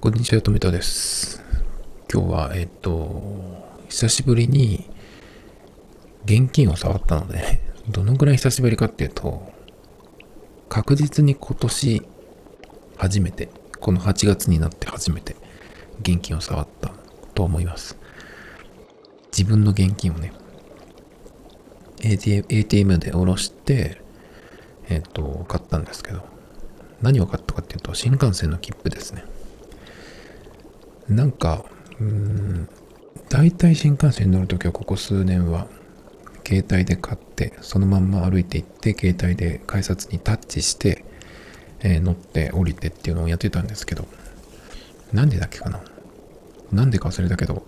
こんにちは、とめとです。今日は、久しぶりに現金を触ったので、どのくらい久しぶりかっていうと、確実に今年初めて、この8月になって初めて現金を触ったと思います。自分の現金をね、ATM で下ろして、買ったんですけど、何を買ったかっていうと、新幹線の切符ですね。なんか、大体新幹線に乗るときはここ数年は携帯で買ってそのまんま歩いて行って携帯で改札にタッチして、乗って降りてっていうのをやってたんですけど、なんでだっけかな、なんでか忘れたけど、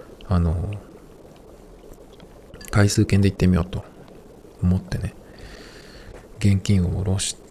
回数券で行ってみようと思ってね、現金を下ろして、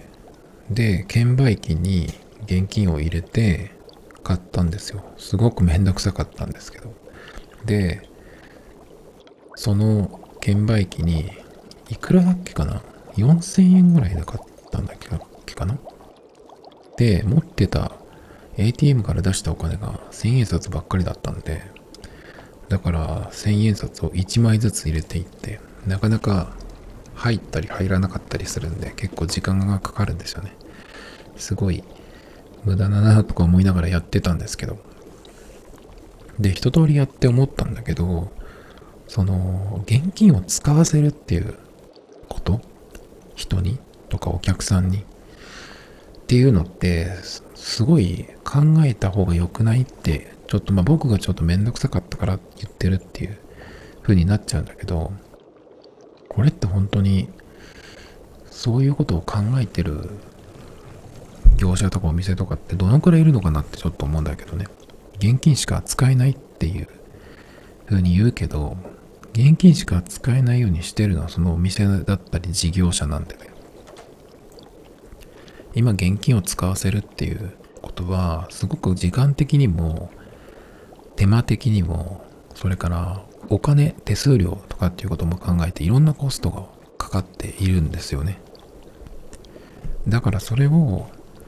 で券売機に現金を入れて買ったんですよ。すごくめんどくさかったんですけど、でその券売機にいくらだっけかな、4000円ぐらいで買ったんだっけかな。で持ってた ATM から出したお金が1000円札ばっかりだったんで、だから1000円札を1枚ずつ入れていって、なかなか入ったり入らなかったりするんで結構時間がかかるんですよね。すごい無駄だなとか思いながらやってたんですけど、で一通りやって思ったんだけど、その現金を使わせるっていうこと、人にとかお客さんにっていうのってすごい考えた方が良くないって、ちょっと僕がちょっとめんどくさかったから言ってるっていう風になっちゃうんだけど、これって本当にそういうことを考えてる業者とかお店とかってどのくらいいるのかなってちょっと思うんだけどね。現金しか使えないっていう風に言うけど、現金しか使えないようにしてるのはそのお店だったり事業者なんでね。今現金を使わせるっていうことはすごく時間的にも手間的にも、それからお金手数料とかっていうことも考えていろんなコストがかかっているんですよね。だからそれを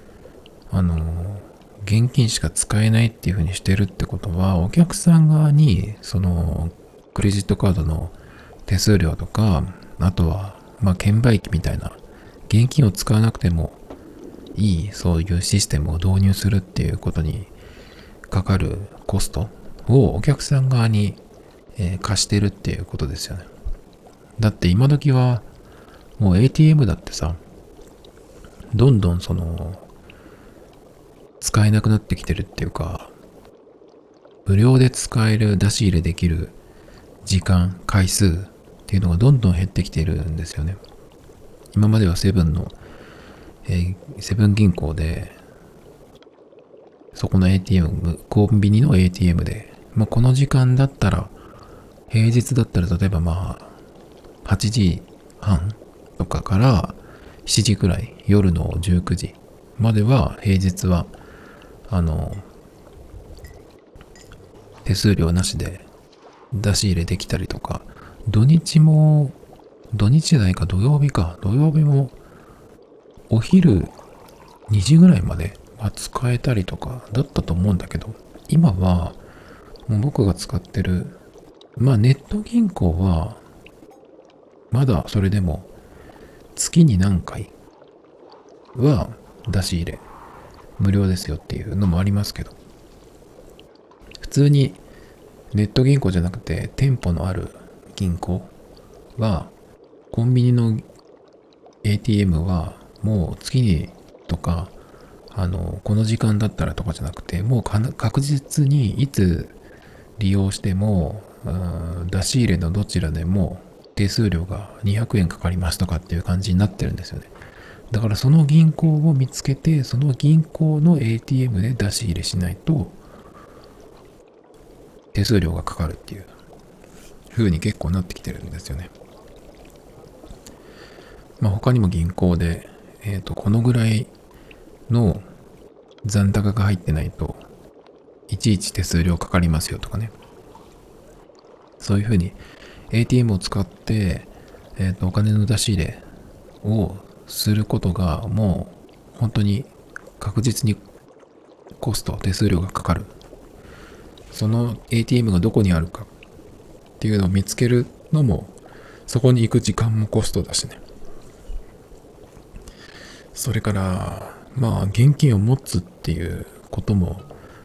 現金しか使えないっていうふうにしてるってことは、お客さん側にそのクレジットカードの手数料とか、あとは券売機みたいな現金を使わなくてもいいそういうシステムを導入するっていうことにかかるコストをお客さん側に、貸してるっていうことですよね。だって今時はもう ATM だってさ、どんどんその使えなくなってきてるっていうか、無料で使える出し入れできる時間回数っていうのがどんどん減ってきてるんですよね。今まではセブンの、セブン銀行でそこの ATM、コンビニの ATM で、この時間だったら、平日だったら例えば8時半とかから7時くらい、夜の19時までは平日は手数料なしで出し入れできたりとか、土日も、土日じゃないか、土曜日もお昼2時ぐらいまでは使えたりとかだったと思うんだけど、今はもう僕が使ってるネット銀行はまだそれでも月に何回は出し入れ無料ですよっていうのもありますけど、普通にネット銀行じゃなくて店舗のある銀行は、コンビニの ATM はもう月にとかこの時間だったらとかじゃなくて、もう確実にいつ利用しても出し入れのどちらでも手数料が200円かかりますとかっていう感じになってるんですよね。だからその銀行を見つけて、その銀行の ATM で出し入れしないと手数料がかかるっていう風に結構なってきてるんですよね。他にも銀行で、このぐらいの残高が入ってないといちいち手数料かかりますよとかね。そういう風に ATM を使って、お金の出し入れをすることがもう本当に確実にコスト、手数料がかかる。その ATM がどこにあるかっていうのを見つけるのも、そこに行く時間もコストだしね。それから、現金を持つっていうことも、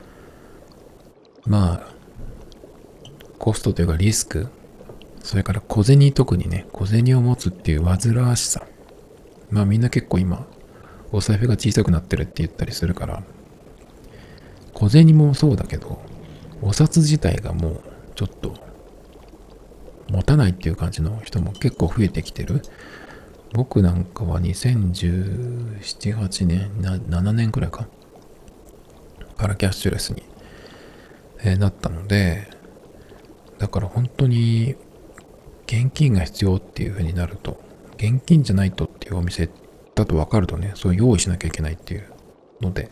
コストというかリスク、それから小銭、特にね、小銭を持つっていう煩わしさ。みんな結構今、お財布が小さくなってるって言ったりするから、小銭もそうだけど、お札自体がもうちょっと持たないっていう感じの人も結構増えてきてる。僕なんかは2017、8年、7年くらいからキャッシュレスに、なったので、だから本当に現金が必要っていう風になると、現金じゃないとっていうお店だと分かるとね、そう用意しなきゃいけないっていうので、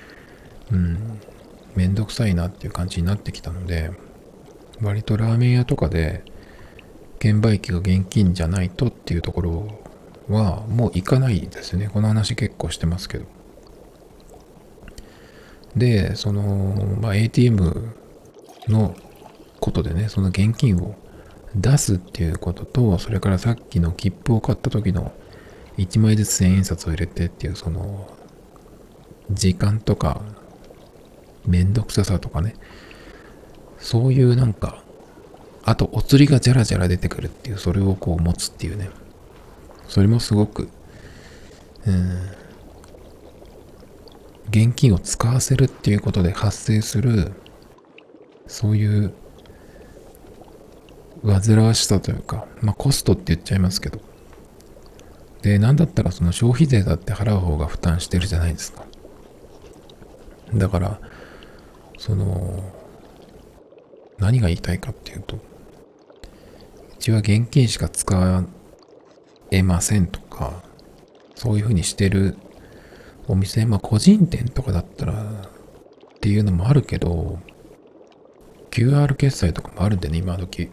めんどくさいなっていう感じになってきたので、割とラーメン屋とかで券売機が現金じゃないとっていうところはもう行かないですね。この話結構してますけど。で、ATM のことでね、その現金を出すっていうことと、それからさっきの切符を買った時の1枚ずつ1000円札を入れてっていう、その時間とかめんどくささとかね、そういうあとお釣りがジャラジャラ出てくるっていう、それをこう持つっていうね、それもすごく現金を使わせるっていうことで発生する、そういう煩わしさというか、コストって言っちゃいますけど、で、なんだったらその消費税だって払う方が負担してるじゃないですか。だから何が言いたいかっていうと、うちは現金しか使えませんとか、そういう風にしてるお店、個人店とかだったらっていうのもあるけど、QR 決済とかもあるんでね、今時。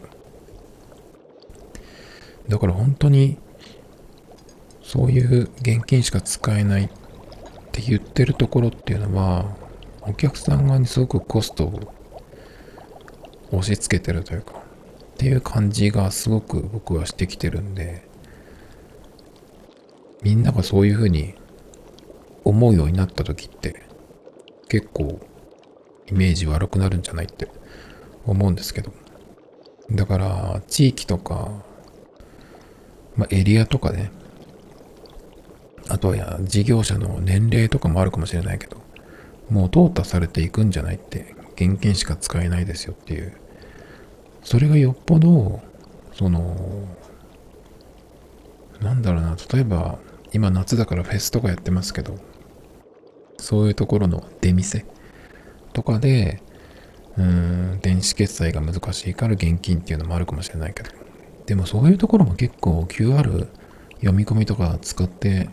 だから本当にそういう現金しか使えないって言ってるところっていうのは、お客さん側にすごくコストを押し付けてるというか、っていう感じがすごく僕はしてきてるんで、みんながそういうふうに思うようになった時って結構イメージ悪くなるんじゃないって思うんですけど、だから地域とか、エリアとかね、あとは事業者の年齢とかもあるかもしれないけど、もう淘汰されていくんじゃないって、現金しか使えないですよっていう、それがよっぽど例えば今夏だからフェスとかやってますけど、そういうところの出店とかで電子決済が難しいから現金っていうのもあるかもしれないけど、でもそういうところも結構 QR 読み込みとか使って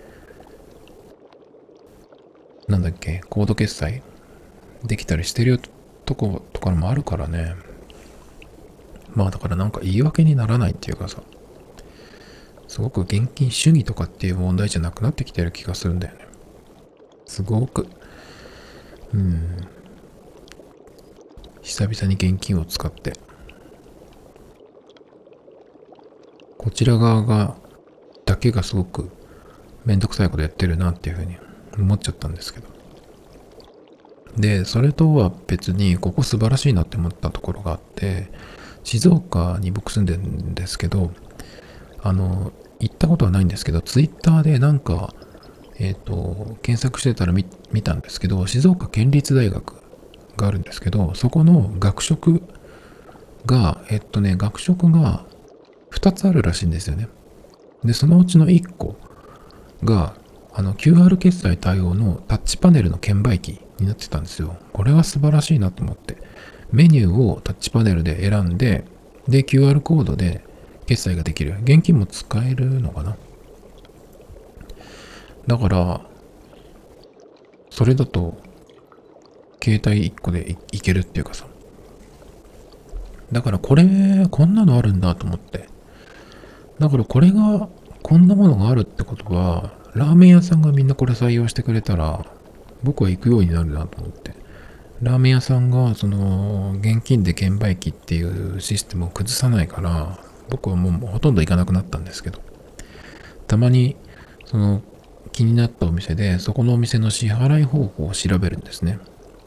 コード決済できたりしてるとことかもあるからね。だから言い訳にならないっていうかさ、すごく現金主義とかっていう問題じゃなくなってきてる気がするんだよね。すごく久々に現金を使ってこちら側だけがすごくめんどくさいことやってるなっていうふうに思っちゃったんですけど、でそれとは別にここ素晴らしいなって思ったところがあって、静岡に僕住んでるんですけど、行ったことはないんですけど、ツイッターで検索してたら見たんですけど、静岡県立大学があるんですけど、そこの学食が、学食が2つあるらしいんですよね。で、そのうちの1個が、QR 決済対応のタッチパネルの券売機になってたんですよ。これは素晴らしいなと思って。メニューをタッチパネルで選んで、で、QR コードで決済ができる。現金も使えるのかな。だから、それだと、携帯1個でいけるっていうかさ。だからこんなのあるんだと思って。だからこんなものがあるってことは、ラーメン屋さんがみんなこれ採用してくれたら、 僕は行くようになるなと思って。ラーメン屋さんがその現金で券売機っていうシステムを崩さないから、僕はもうほとんど行かなくなったんですけど、たまにその気になったお店でそこのお店の支払い方法を調べるんですね。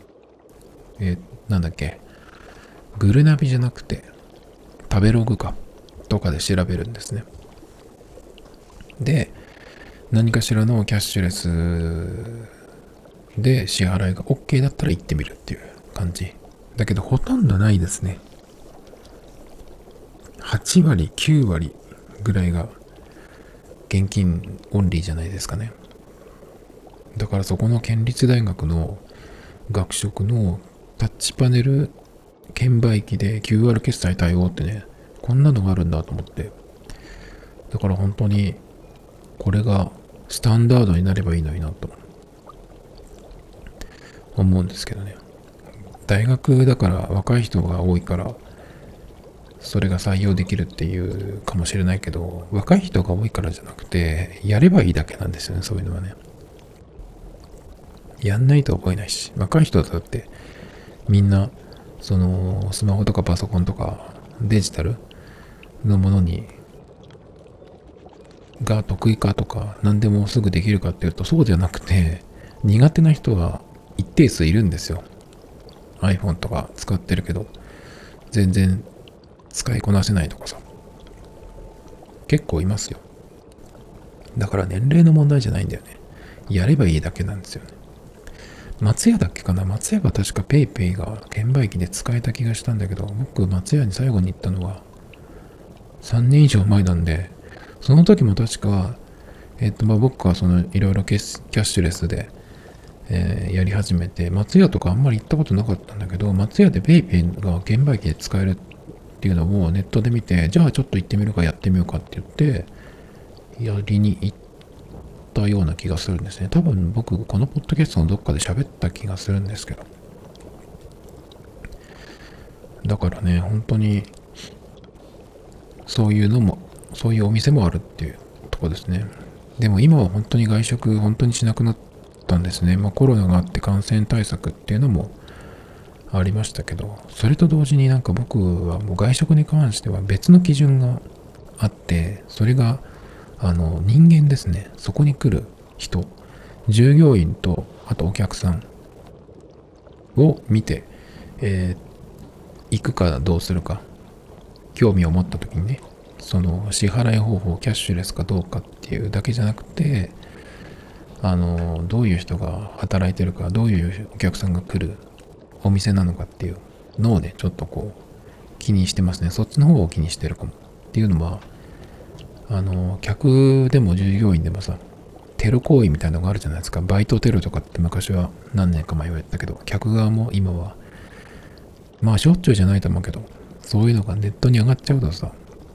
なんだっけ、グルナビじゃなくて食べログかとかで調べるんですね。で、何かしらのキャッシュレスで支払いが OK だったら行ってみるっていう感じ。だけどほとんどないですね。8割、9割ぐらいが現金オンリーじゃないですかね。だからそこの県立大学の学食のタッチパネル券売機で QR 決済対応ってね、こんなのがあるんだと思って。だから本当にこれがスタンダードになればいいのになと思うんですけどね。大学だから若い人が多いからそれが採用できるっていうかもしれないけど、若い人が多いからじゃなくてやればいいだけなんですよね。そういうのはね、やんないと覚えないし、若い人だってみんなそのスマホとかパソコンとかデジタルのものにが得意かとか何でもすぐできるかっていうとそうじゃなくて、苦手な人は一定数いるんですよ。 iPhone とか使ってるけど全然使いこなせないとかさ、結構いますよ。だから年齢の問題じゃないんだよね。やればいいだけなんですよね。松屋だっけかな、松屋が確か PayPay が券売機で使えた気がしたんだけど、僕松屋に最後に行ったのは3年以上前なんで、その時も確か僕はそのいろいろキャッシュレスで、やり始めて、松屋とかあんまり行ったことなかったんだけど、松屋で PayPay が券売機で使えるっていうのをネットで見て、じゃあちょっと行ってみるかやってみようかって言ってやりに行ったような気がするんですね。多分僕このポッドキャストのどっかで喋った気がするんですけど、だからね、本当にそういうのも、そういうお店もあるっていうとこですね。でも今は本当に外食本当にしなくなったんですね。コロナがあって感染対策っていうのもありましたけど、それと同時になんか僕はもう外食に関しては別の基準があって、それが人間ですね。そこに来る人、従業員とあとお客さんを見て、行くかどうするか興味を持った時にね、その支払い方法キャッシュレスかどうかっていうだけじゃなくて、どういう人が働いてるか、どういうお客さんが来るお店なのかっていうのをね、ちょっとこう気にしてますね。そっちの方を気にしてるかも。っていうのは客でも従業員でもさ、テロ行為みたいなのがあるじゃないですか。バイトテロとかって昔は何年か前はやったけど、客側も今はしょっちゅうじゃないと思うけど、そういうのがネットに上がっちゃうとさ、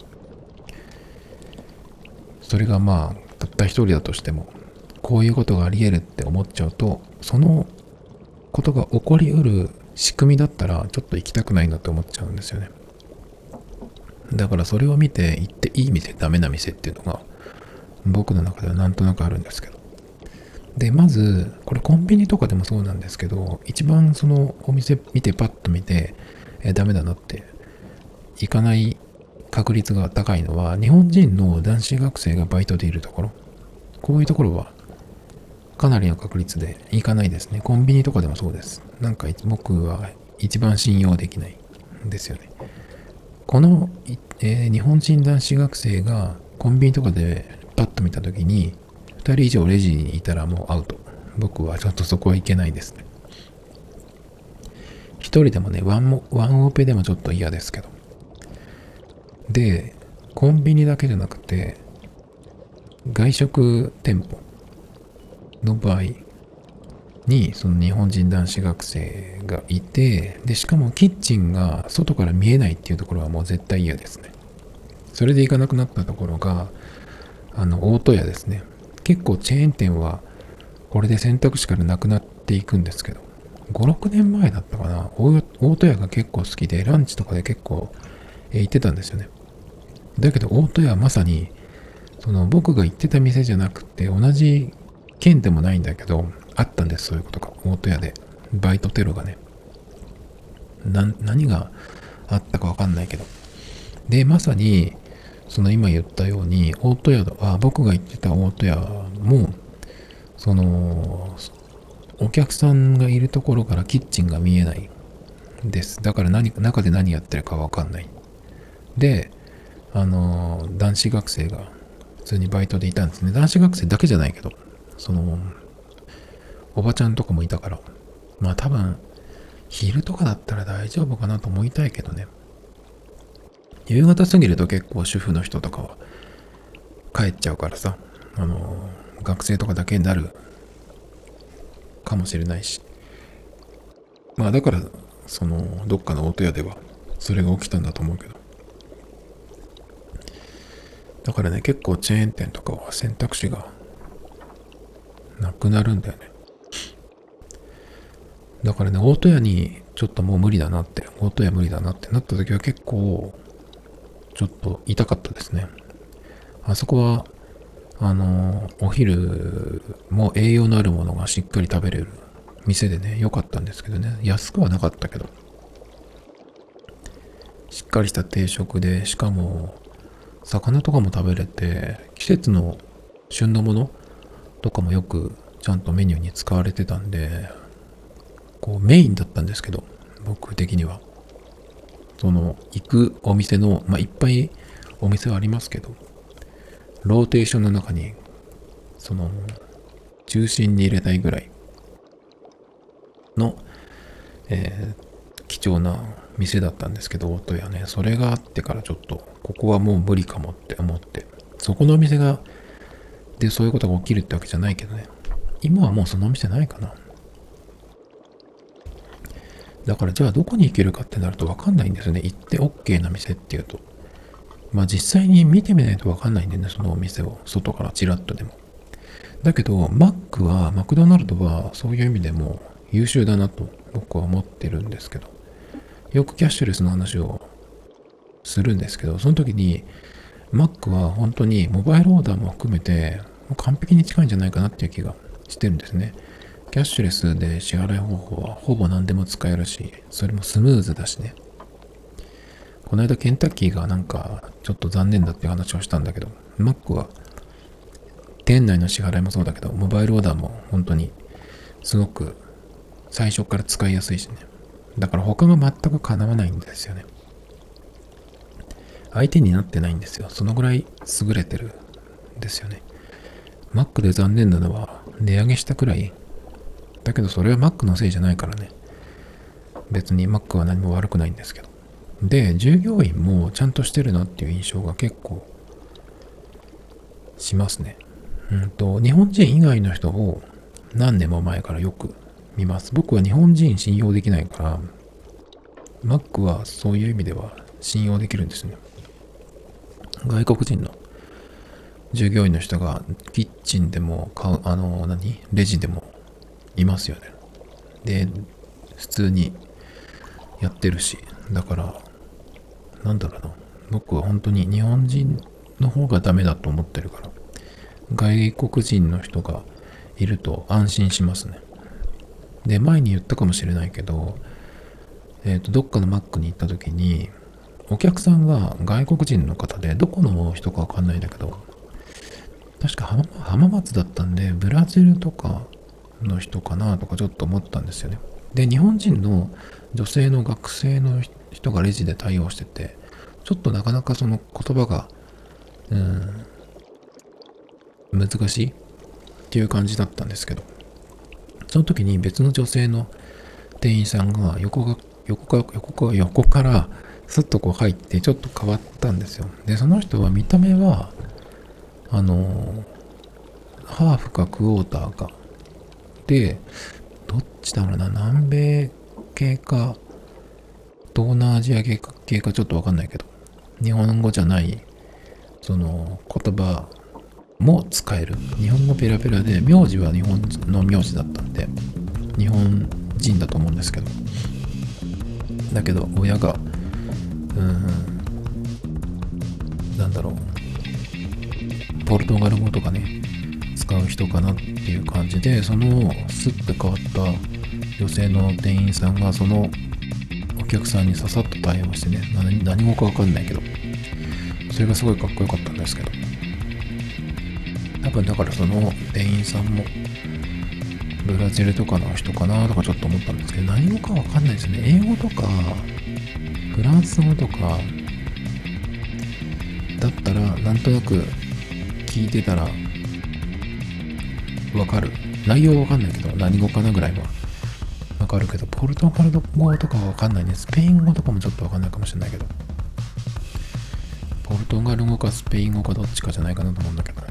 それがたった一人だとしてもこういうことがあり得るって思っちゃうと、そのことが起こりうる仕組みだったらちょっと行きたくないなって思っちゃうんですよね。だからそれを見て行っていい店ダメな店っていうのが僕の中ではなんとなくあるんですけど、でまずこれコンビニとかでもそうなんですけど、一番そのお店見てパッと見てダメだなって行かない確率が高いのは日本人の男子学生がバイトでいるところ、こういうところはかなりの確率で行かないですね。コンビニとかでもそうです。なんか僕は一番信用できないんですよね。この、日本人男子学生がコンビニとかでパッと見たときに2人以上レジにいたらもうアウト。僕はちょっとそこはいけないですね。1人でもね、ワンオペでもちょっと嫌ですけど。で、コンビニだけじゃなくて外食店舗の場合にその日本人男子学生がいて、でしかもキッチンが外から見えないっていうところはもう絶対嫌ですね。それで行かなくなったところが大戸屋ですね。結構チェーン店はこれで選択肢からなくなっていくんですけど、5、6年前だったかな、大戸屋が結構好きでランチとかで結構行ってたんですよね。だけど大戸屋はまさにその僕が行ってた店じゃなくて同じ県でもないんだけど、 あったんです、そういうことが。大戸屋で。バイトテロがね。何があったかわかんないけど。で、まさに、その今言ったように、大戸屋僕が行ってた大戸屋も、その、お客さんがいるところからキッチンが見えないです。だから中で何やってるかわかんない。で、男子学生が普通にバイトでいたんですね。男子学生だけじゃないけど、おばちゃんとかもいたから、まあ多分、昼とかだったら大丈夫かなと思いたいけどね。夕方過ぎると結構主婦の人とかは帰っちゃうからさ、学生とかだけになるかもしれないし。まあだから、どっかの大戸屋ではそれが起きたんだと思うけど。だからね、結構チェーン店とかは選択肢がなくなるんだよね。だからね、大戸屋にちょっともう無理だなって、大戸屋無理だなってなった時は結構、ちょっと痛かったですね。あそこは、お昼も栄養のあるものがしっかり食べれる店でね、良かったんですけどね、安くはなかったけど、しっかりした定食で、しかも、魚とかも食べれて、季節の旬のものとかもよくちゃんとメニューに使われてたんで、こうメインだったんですけど、僕的には。行くお店の、いっぱいお店はありますけど、ローテーションの中に、中心に入れたいぐらいの、貴重な店だったんですけど、大戸屋ね、それがあってからちょっと、ここはもう無理かもって思って、そこのお店でそういうことが起きるってわけじゃないけどね、今はもうそのお店ないかな。だからじゃあどこに行けるかってなると分かんないんですよね。行って OK な店っていうと。まあ実際に見てみないと分かんないんでね、そのお店を。外からチラッとでも。だけど、マクドナルドはそういう意味でも優秀だなと僕は思ってるんですけど。よくキャッシュレスの話をするんですけど、その時に、マックは本当にモバイルオーダーも含めて、もう完璧に近いんじゃないかなっていう気がしてるんですね。キャッシュレスで支払い方法はほぼ何でも使えるし、それもスムーズだしね。この間ケンタッキーがなんかちょっと残念だっていう話をしたんだけど、マックは店内の支払いもそうだけど、モバイルオーダーも本当にすごく最初から使いやすいしね。だから他が全く叶わないんですよね。相手になってないんですよ。そのぐらい優れてるんですよね。マックで残念なのは値上げしたくらい。だけどそれはマックのせいじゃないからね。別にマックは何も悪くないんですけど。で、従業員もちゃんとしてるなっていう印象が結構しますね。日本人以外の人を何年も前からよく見ます。僕は日本人信用できないから、マックはそういう意味では信用できるんですね。外国人の従業員の人がキッチンでもレジでもいますよね。で、普通にやってるし、だから、なんだろうな。僕は本当に日本人の方がダメだと思ってるから、外国人の人がいると安心しますね。で、前に言ったかもしれないけど、どっかのマックに行った時に、お客さんが外国人の方で、どこの人かわかんないんだけど、確か浜松だったんで、ブラジルとかの人かなとかちょっと思ったんですよね。で、日本人の女性の学生の人がレジで対応してて、ちょっとなかなかその言葉が、難しいっていう感じだったんですけど、その時に別の女性の店員さんが横からスッとこう入ってちょっと変わったんですよ。で、その人は見た目は、ハーフかクォーターか。で、どっちだろうな、南米系か、東南アジア系かちょっとわかんないけど、日本語じゃない、言葉も使える。日本語ペラペラで、名字は日本の名字だったんで、日本人だと思うんですけど、だけど親が、なんだろう、ポルトガル語とかね、ス使う人かなっていう感じで、そのスッて変わった女性の店員さんがそのお客さんにささっと対応してね、何語かわかんないけど、それがすごいかっこよかったんですけど、多分だからその店員さんもブラジルとかの人かなとかちょっと思ったんですけど、何語かわかんないですね。英語とかフランス語とかだったらなんとなく聞いてたらわかる。内容はわかんないけど何語かなぐらいはわかるけど、ポルトガル語とかはわかんないね。スペイン語とかもちょっとわかんないかもしれないけど、ポルトガル語かスペイン語かどっちかじゃないかなと思うんだけどね。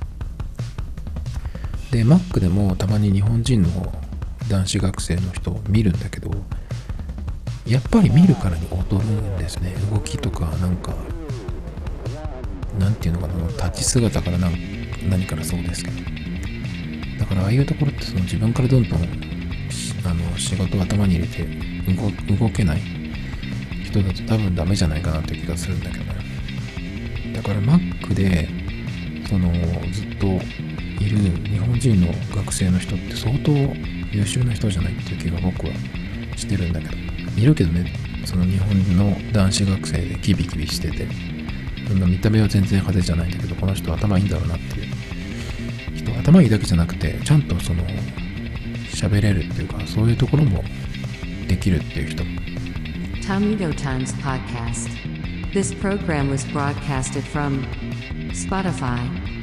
で、マックでもたまに日本人の男子学生の人を見るんだけど、やっぱり見るからに劣るんですね。動きとかなんか、なんていうのかな、立ち姿から何からそうですけど。だからああいうところってその自分からどんどん仕事を頭に入れて動けない人だと多分ダメじゃないかなっていう気がするんだけどね。だから Mac でそのずっといる日本人の学生の人って相当優秀な人じゃないっていう気が僕はしてるんだけど、いるけどね、その日本の男子学生でキビキビしてて、そんな見た目は全然派手じゃないんだけど、この人頭いいんだろうなっていう人、頭いいだけじゃなくてちゃんとその喋れるっていうか、そういうところもできるっていう人。 Tomato Times Podcast. This program was broadcasted from Spotify.